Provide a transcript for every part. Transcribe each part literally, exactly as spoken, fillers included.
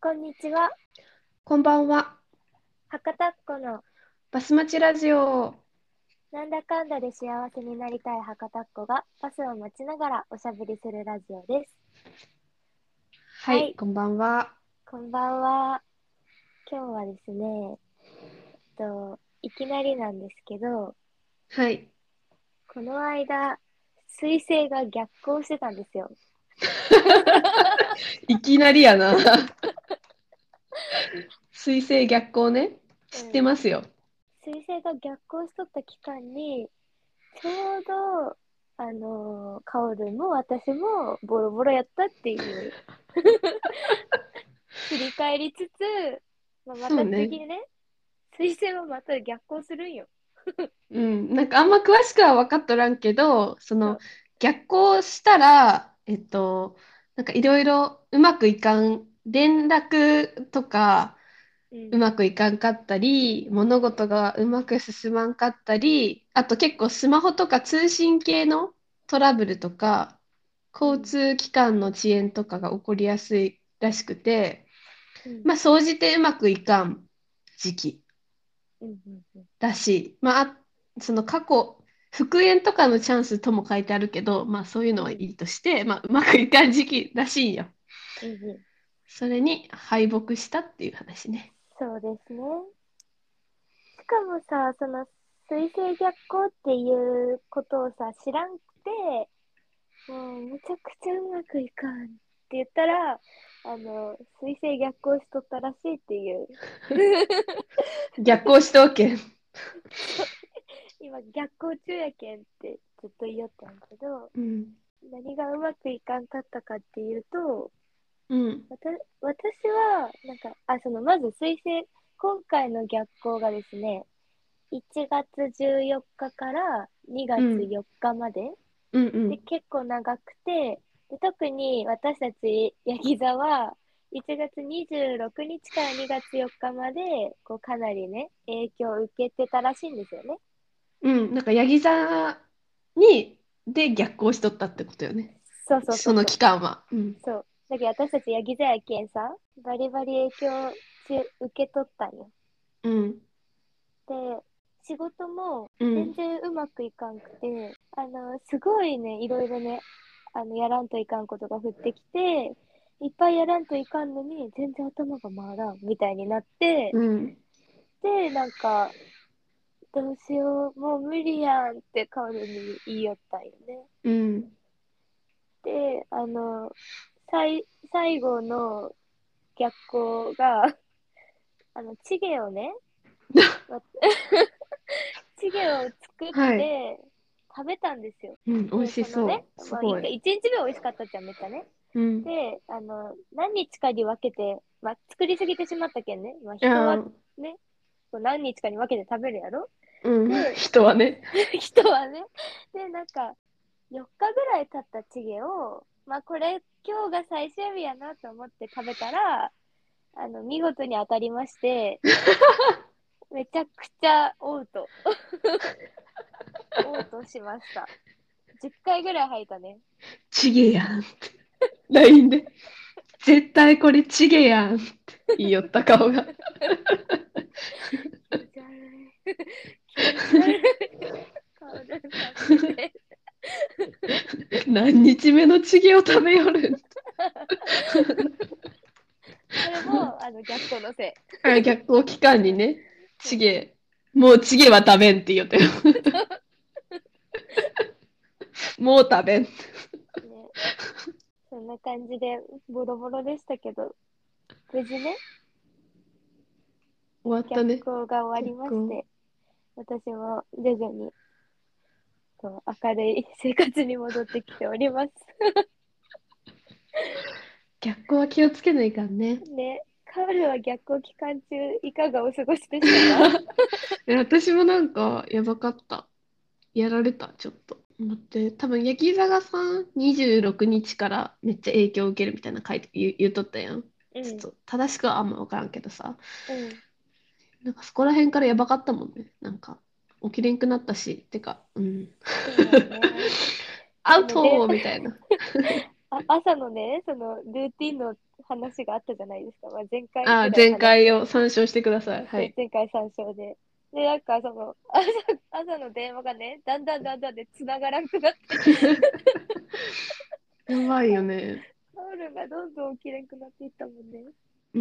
こんにちは。 こんばんは。 博多っ子のバスマチラジオ。 なんだかんだで幸せになりたい博多っ子がバスを待ちながらおしゃべりするラジオです。 はい、 はい、 こんばんは。 こんばんは。今日はですね、えっと、いきなりなんですけど、 はい。 この間、彗星が逆行してたんですよ。 いきなりやな。水星逆行ね。知ってうん。 ますよ。 彗星が逆行しとった期間に、ちょうど、あのー、カオルも私もボロボロやったっていう振り返りつつ、まあ、またそうね。 次ね、彗星はまた逆行するんよ。 うん。なんかあんま詳しくは分かっとらんけど、そのそう。 逆行したら、えっと、なんかいろいろうまくいかん、連絡とかうん。 うまくいかんかったり、物事がうまく進まんかったり、あと結構スマホとか通信系のトラブルとか、交うん。 通機関の遅延とかが起こりやすいらしくて、 うん。 まあ、総じてうまくいかん時期うん。うん。うん。 だし、まあ、あその過去、復縁とかのチャンスとも書いてあるけど、まあ、そういうのはいうん。 いとして、まあ、うまくいかん時期らしいんよ。 うん。 それに敗北したっていう話ね。 そうですね。しかもさ、その水星逆行っていうことをさ、知らんくて、もうむちゃくちゃうまくいかんって言ったら、あの、水星逆行しとったらしいっていう。 逆行しとうけん。 そう、今逆行中やけんってずっと言いよったんやけど、 うん。 何がうまくいかんかったかっていうと、 うん。 わた、私は、なんか、あ、その、まず水星、今回の逆行がですね、いちがつじゅうよっかかから2月うん。 4日まで、 うん。うで、 ん。 結構長くて、で、特に私たち、ヤギ座は、いちがつにじゅうろくにちからにがつよっかまで、こう、かなりね、影響を受けてたらしいんですよね。 うん。なんか、ヤギ座に、で逆行しとったってことよね。 そうそうそそのうそう。 期間は。うん。 そう。だけど私たちヤギ座やけんさ、バリバリ影響中受け取ったんよ。 うん。 で、仕事もうん。 全然うまくいかんくて、あの、すごいね、いろいろね、あの、やらんといかんことが降ってきて、いっぱいやらんといかんのに、全然頭が回らん、みたいになって、 うん。 で、なんか、どうしよう、もう無理やんってカオルに言いよったんよね。 うん。 で、あの、最、最後の逆光が、あの、チゲをね、わチゲを作っはい。 て食べたんですよ。 うん。美味で、そのね、 しそう。すまあ、一ごい。 回、一日目美味しかったじゃん、めっちゃね。 うん。 で、あの、何日かに分けて、まあ、作りすぎてしまったけんね。まあ、人はああ、 ね、こう何日かに分けて食べるやろ。 うん。 で、 人はね。 人はね。で、なんか、よっかぐらい経ったチゲを、まあ、これ、今日が最終日やなと思って食べたら、あの、見事に当たりまして、めちゃくちゃ嘔吐。嘔吐しました。じゅっかいぐらい吐いたね。 チゲやんって。ライン で。絶対これチゲやんって言いよった顔が。 気持ち悪い。気持ち悪い。カオル助けて。 何日目のチゲを食べよるん。 それも、あの、逆光のせあ、逆行期間にね、 い。うん。 チゲ、もうチゲは食べんって言おったよ。もう食べん。 ね、そんな感じで、ボロボロでしたけど、無事ね、逆終わったね。 光が終わり逆行。 まして、私も徐々にこう明るい生活に戻ってきております。 逆行は気をつけないかんね。 ね、カールは逆光期間中、いかがお過ごしでしたか？ え私もなんかやばかった。やられた、ちょっと。待って、多分、焼き魚さんにじゅうろくにちからめっちゃ影響を受けるみたいな書いて言う、言うとったやん。 うん、 ちょっと、正しくはあんま分からんけどさ。 うん。 なんかそこら辺からやばかったもんね。なんか、起きれんくなったし、てか、うん。 そうやね。 アウもうね、で、 トみたいな。 あ、朝のね、そのルーティンの話があったじゃないですか。まあ、前回ああ、 ぐらい前話した。 回を参照してください。はそう、 い。 前回参照で。で、なんかその、朝、朝の電話がね、だんだんだんだんで繋がらなくなって、 やばいよね。 タオルがどんどん起きれなくなっていったもんね。 うん。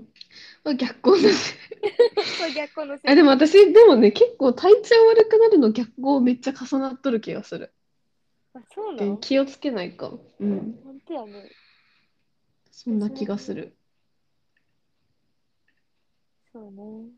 逆光だし。 そう、逆光のせあ、でもいで。 私、でもね、結構体調悪くなるの逆光めっちゃ重なっとる気がする。 あ、そうなでん？ 気をつけないか。うん。 本当やね。 そんな私も、 気がする。 そうね。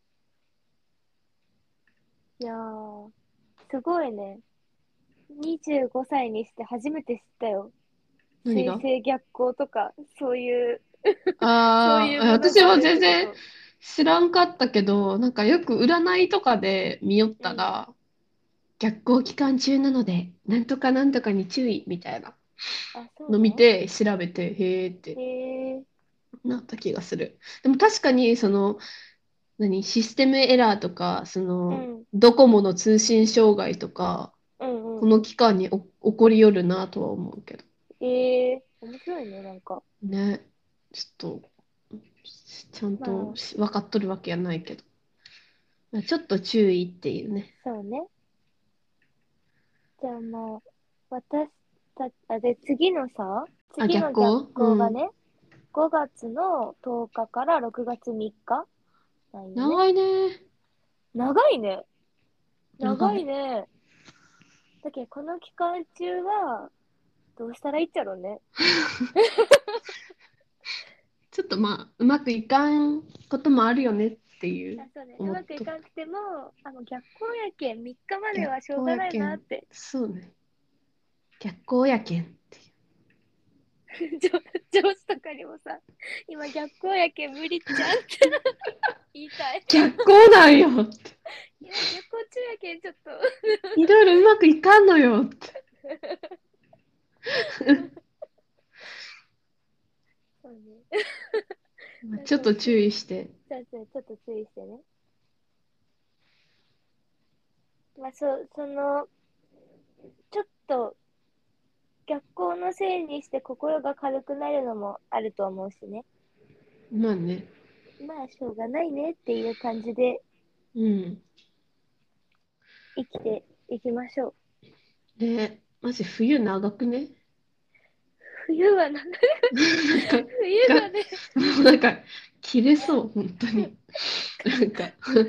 いやー、すごいね。にじゅうごさいにして初めて知ったよ。 何が？ 水星逆行とか、そういう、そうあーあ、 いうもの私はがあるっ全然てこと。 知らんかったけど、なんかよく占いとかで見よっうん。 たら、逆行期間中なので、なんとかなんとかに注意みたいなあ、そうの見なんて調べて、へーっへてえ。 なった気がする。でも確かに、その、何、システムエラーとか、その、 うん。 ドコモの通信障害とか、 うんうん。 この期間にお起こりよるなとは思うけど。 ええ面白いね、なんか。 ね。ちょっと、ちゃんまあ、 とし分かっとるわけやないけど。ちょっと注意っていうね。 そうね。じゃあまあ、私たち、あ、で、次のさ、 あ、 次の逆逆光うん。 行がね、ごがつのとおかかからろくがつみっかなんよね。 長いね。 長いね。長い長い。 ね。だけど、この期間中は、どうしたらいいっちゃろうね。 ちょっとまあ、うまくいかんこともあるよねっていうあ、そうね。う思っまくいとった。 かなくても、あの、逆行やけんみっかまで逆はしょう光がないやけん。 なって。 そうね。逆光やけんっていう。 上上司とかにもさ、今逆行やけん無理っちゃんって言いたい。 逆光なんよって。 今逆行中やけんちょっと。 いろいろうまくいかんのよって。 そうね。 まあなんかそう、 ちょっと注意して。 そうそう、ちょっと注意してね。まあ、そう、その、ちょっと逆行のせいにして心が軽くなるのもあると思うしね。 まあね。 まあ、しょうがないねっていう感じでうん。 生きていきましょう。 で、マジ冬長くね？ 冬は長い。 なんか、が、 冬がね、 もうなんか、切れそう、本当に。なんか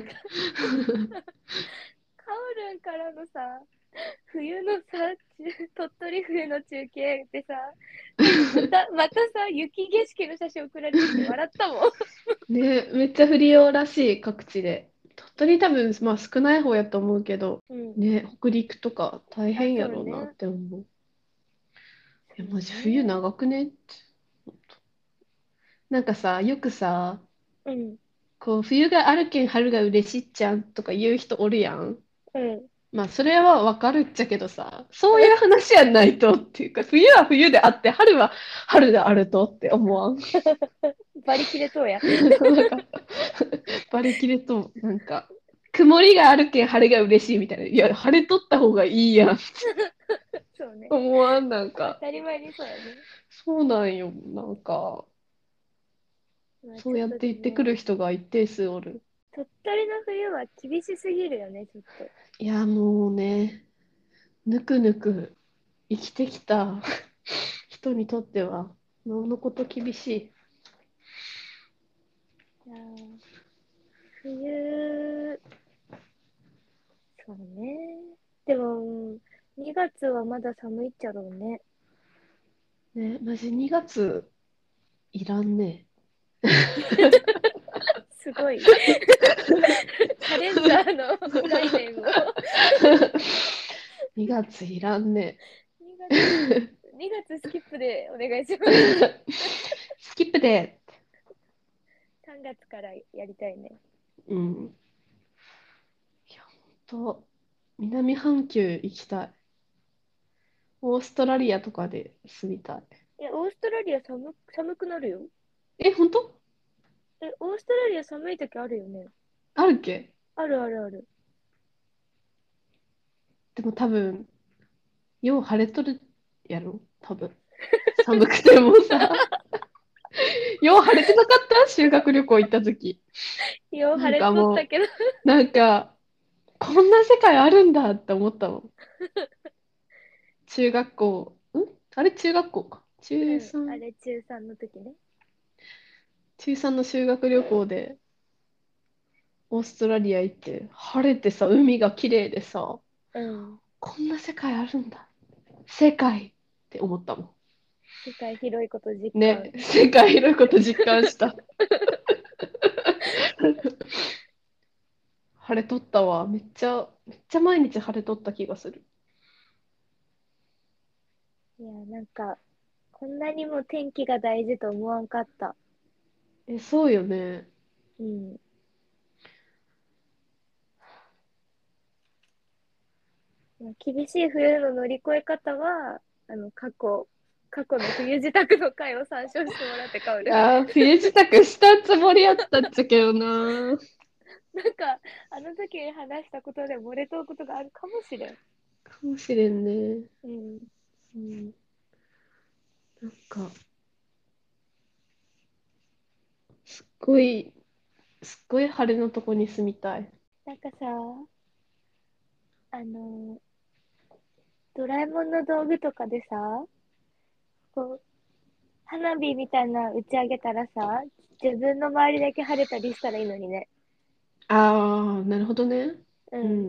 カオルンからのさ、冬のさ、鳥取冬の中継でさ、あの、また、またさ、雪景色の写真送られてきて笑ったもん。 ね、めっちゃ降りようらしい、各地で。鳥取多分、まあ少ない方やと思うけど、 うん。 ね、北陸とか大あ、 変やろうなっそうね。 て思う。いや、 そうマジ冬ね。 長くねって。なんかさ、よくさ、 うん。 こう、冬があるけん春が嬉しいっちゃんとか言う人おるやん。 うん。 まあ、それはわかるっちゃけどさ、そういう話やんないとっていうか、冬は冬であって、春は春であるとって思わん。 バリ切れそうや。 なんか、バリ切れと、なんか、曇りがあるけん晴れが嬉しいみたいな。いや、晴れとった方がいいやん。 そうね。 思わん、なんか。 当たり前にそうやね。 そうなんよ。なんか、 まあちょっとそうやって言ってくるでも、 人が一定数おる。 鳥取の冬は厳しすぎるよね、ちょっと。 いや、もうね、ぬくぬく生きてきた人にとっては、なおのこと厳しい。 いやー冬、そうね。でも、にがつはまだ寒いっちゃろうね。 ね、マジにがついらんね。 すごい。カレンダーの概念をにがついらんね。 にがつスキップ、にがつスキップでお願いします。 スキップで。 さんがつからやりたいね。 うん。いや、ほんと、南半球行きたい。オーストラリアとかで住みたい。 え、オーストラリア寒、寒くなるよ。 え、本当？ え、オーストラリア寒い時あるよね。 あるっけ？ あるあるある。 でも多分、よう晴れとるやろ多分。寒くてもさ。 よう晴れてなかった修学旅行行った時。なんよう晴れかもう、 とったけど。 なんか、こんな世界あるんだって思ったもん。中学校、んあれ中学校か。中うん、あさん、 れ中さんの時ね。 中さんの修学旅行でオーストラリア行って、晴れてさ、海が綺麗でさ、 うん。 こんな世界あるんだ。世界って思ったも世界広いこと実ん。ね、 感。 世界広いこと実感した。晴れとったわ。めっちゃ、めっちゃ毎日晴れとった気がする。 いや、なんか、こんなにも天気が大事と思わんかった。 え、そうよね。 うん。まあ厳しい冬の乗り越え方は、あの、過去、過去の冬支度の回を参照してもらってかおる。 ああ、冬支度したつもりやったっちゃけどな。 なんか、あの時に話したことで漏れとうことがあるかもしれん。 かもしれんね。 うん。 うん。なんか、すっごい、すっごい晴れのとこに住みたい。 なんかさ、あの、ドラえもんの道具とかでさ、こう、花火みたいな打ち上げたらさ、自分の周りだけ晴れたりしたらいいのにね。 ああ、なるほどね。 うん。 うん。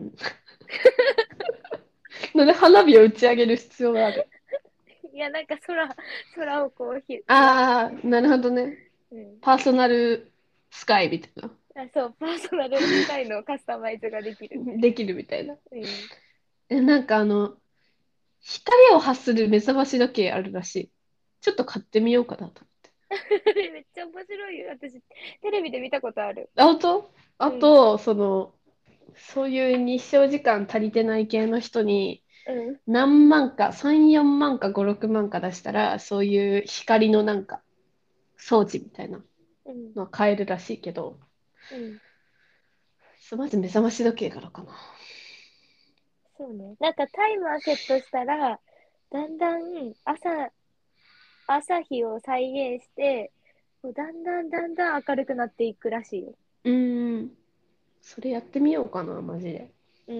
なんで花火を打ち上げる必要がある？ いや、なんか空、空をこうひ、ね。 ああ、なるほどね。 うん。 パーソナルスカイみたいな。 あ、そう、パーソナルスカイのカスタマイズができる。 できるみたいな。 うん。 え、なんかあの、光を発する目覚まし時計あるらしい。ちょっと買ってみようかなと思って。 めっちゃ面白いよ。私、テレビで見たことある。 あと、 うん。 あと、その、そういう日照時間足りてない系の人に、 うん。 何万か、さん、よんまんかご、ろくまんか出したら、そういう光のなんか、装置みたいなうん。 のは買えるらしいけど、 うん。 そうまず目覚まし時計からかな。 そうね。なんかタイマーセットしたら、だんだん朝、朝日を再現して、こうだんだんだんだん明るくなっていくらしいよ。 うーん、それやってみようかな、マジで。 うん。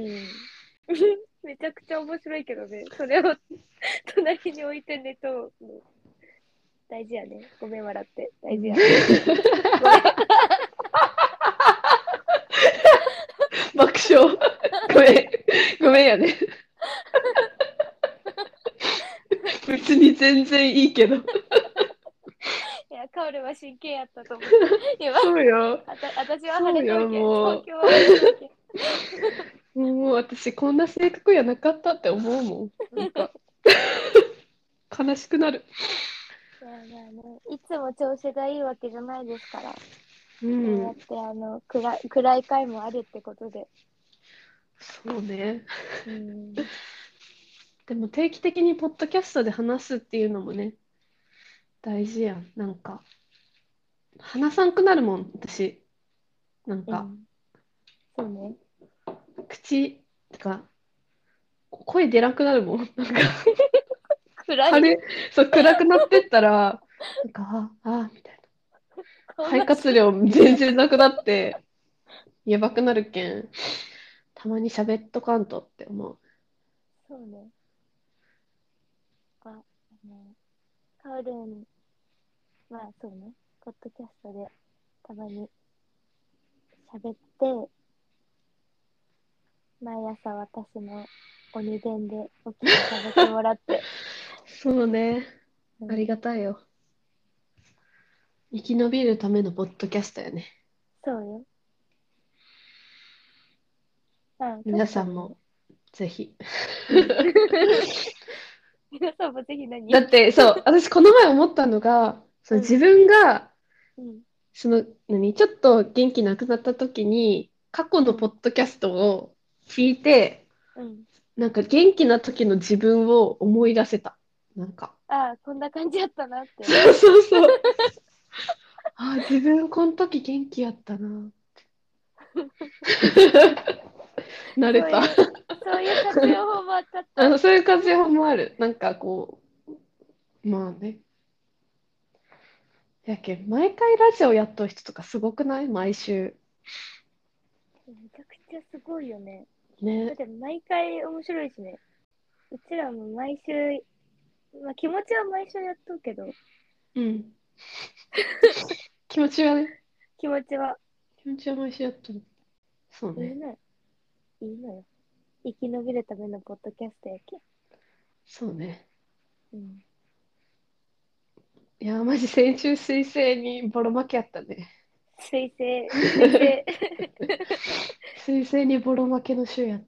めちゃくちゃ面白いけどね。それを隣に置いて寝と、大事やね。ごめん、笑って。 うん大事や。ごめん。 爆笑。ごめん。ごめんやね。別に全然いいけど。 いや、カオルは真剣やったと思って。今、 そうよ。 あた、私は晴そうよ、 れとるけん。 もう。 東京は晴れとるけん。 もう私こんな性格やなかったって思うもん。なんか悲しくなる。 いや、まあね、いつも調子がいいわけじゃないですから。 うこうやっん。 て、あの、暗い、暗い回もあるってことで。 そうね。 うん。 でも定期的にポッドキャストで話すっていうのもね、大事やん。なんか、話さんくなるもん、私。なんか、 うん。そうね。 口、とか、声出なくなるもん。なんか、 暗い。 晴れ、そう、暗くなってったら、なんか、あ、あ、みたいな。肺顔がし、 活量全然なくなって、やばくなるけん、たまに喋っとかんとって思う。 そうね。あ、あの、カオルン、まあそうね。ポッドキャストでたまに喋って、毎朝私の鬼電で起きて喋ってもらって。 そうね。ありうん。 がたいよ。生き延びるためのポッドキャストやね。 そうよ。うん、 皆確かにね。 さんもぜひ。 うん。皆さんもぜひ何？ だって、そう、私この前思ったのが、そうん。 の自分が、 うん。 その、何、ちょっと元気なくなった時に、過去のポうん。 ッドキャストを聞いて、 うん。 なんか元気な時の自分を思い出せた。なんか。 ああ、こんな感じやったなって。 そうそうそう。あ、自分この時元気やったな。慣れた。 そういう、そういう活用法もあったった。 あの、そういう活用もある。なんかこう、まあね。 やけん、毎回ラジオやっとる人とかすごくない？毎週。 めちゃくちゃすごいよね。だっね。 て毎回面白いしね。うちらも毎週、まあ気持ちは毎週やっとうけど、 うん。気持ちはね。 気持ちは気持ちは毎週やっとる。そうね。 いいのよ。いいのよ。生き延びるためのポッドキャストやけん。 そうね。 うん。 いや、マジ先週水星にボロ負けやったね。 水星、水星。 水星にボロ負けの週やった。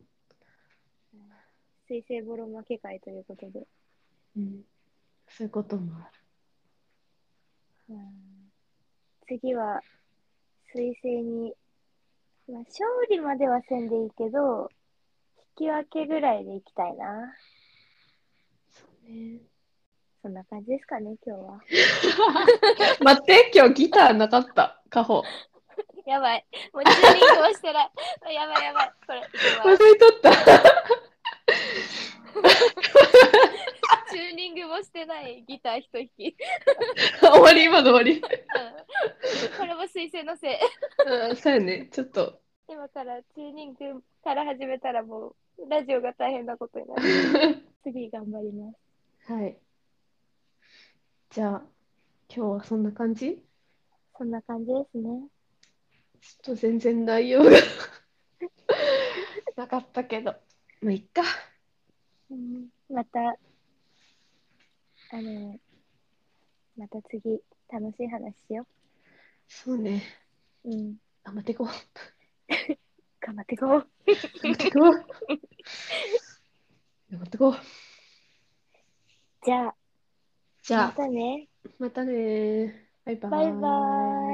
水星ボロ負け会ということで。 うん。そういうこともあうん、次は水星に、まあ、勝利まではせんでいいけど、引き分けぐらいでいきたいな。 る。そうね。 そんな感じですかね、今日は。 待って、今日ギターなかった。カホ。 やばい。もうチューニングをしてない。やばいやばい。これ、いきます。 忘れとった。 チューニングもしてないギター一弾き。 終わり、今の終わり。 うん、これも水星のせい。 うん、そうやね。ちょっと。 今からチューニングから始めたらもうラジオが大変なことになる。次頑張ります。 はい。じゃあ、今日はそんな感じ？ そんな感じですね。 ちょっと全然内容がなかったけど。まあ、いっか。 うん、また、あの、また次、楽しい話しよそうね。 う。うん。 頑張っていこう。 頑張っていこう。 頑張っていこう。頑張っていこう。 じゃあ、まじゃあ、 たね。 またねー。バイババイバーイ。 ーイ。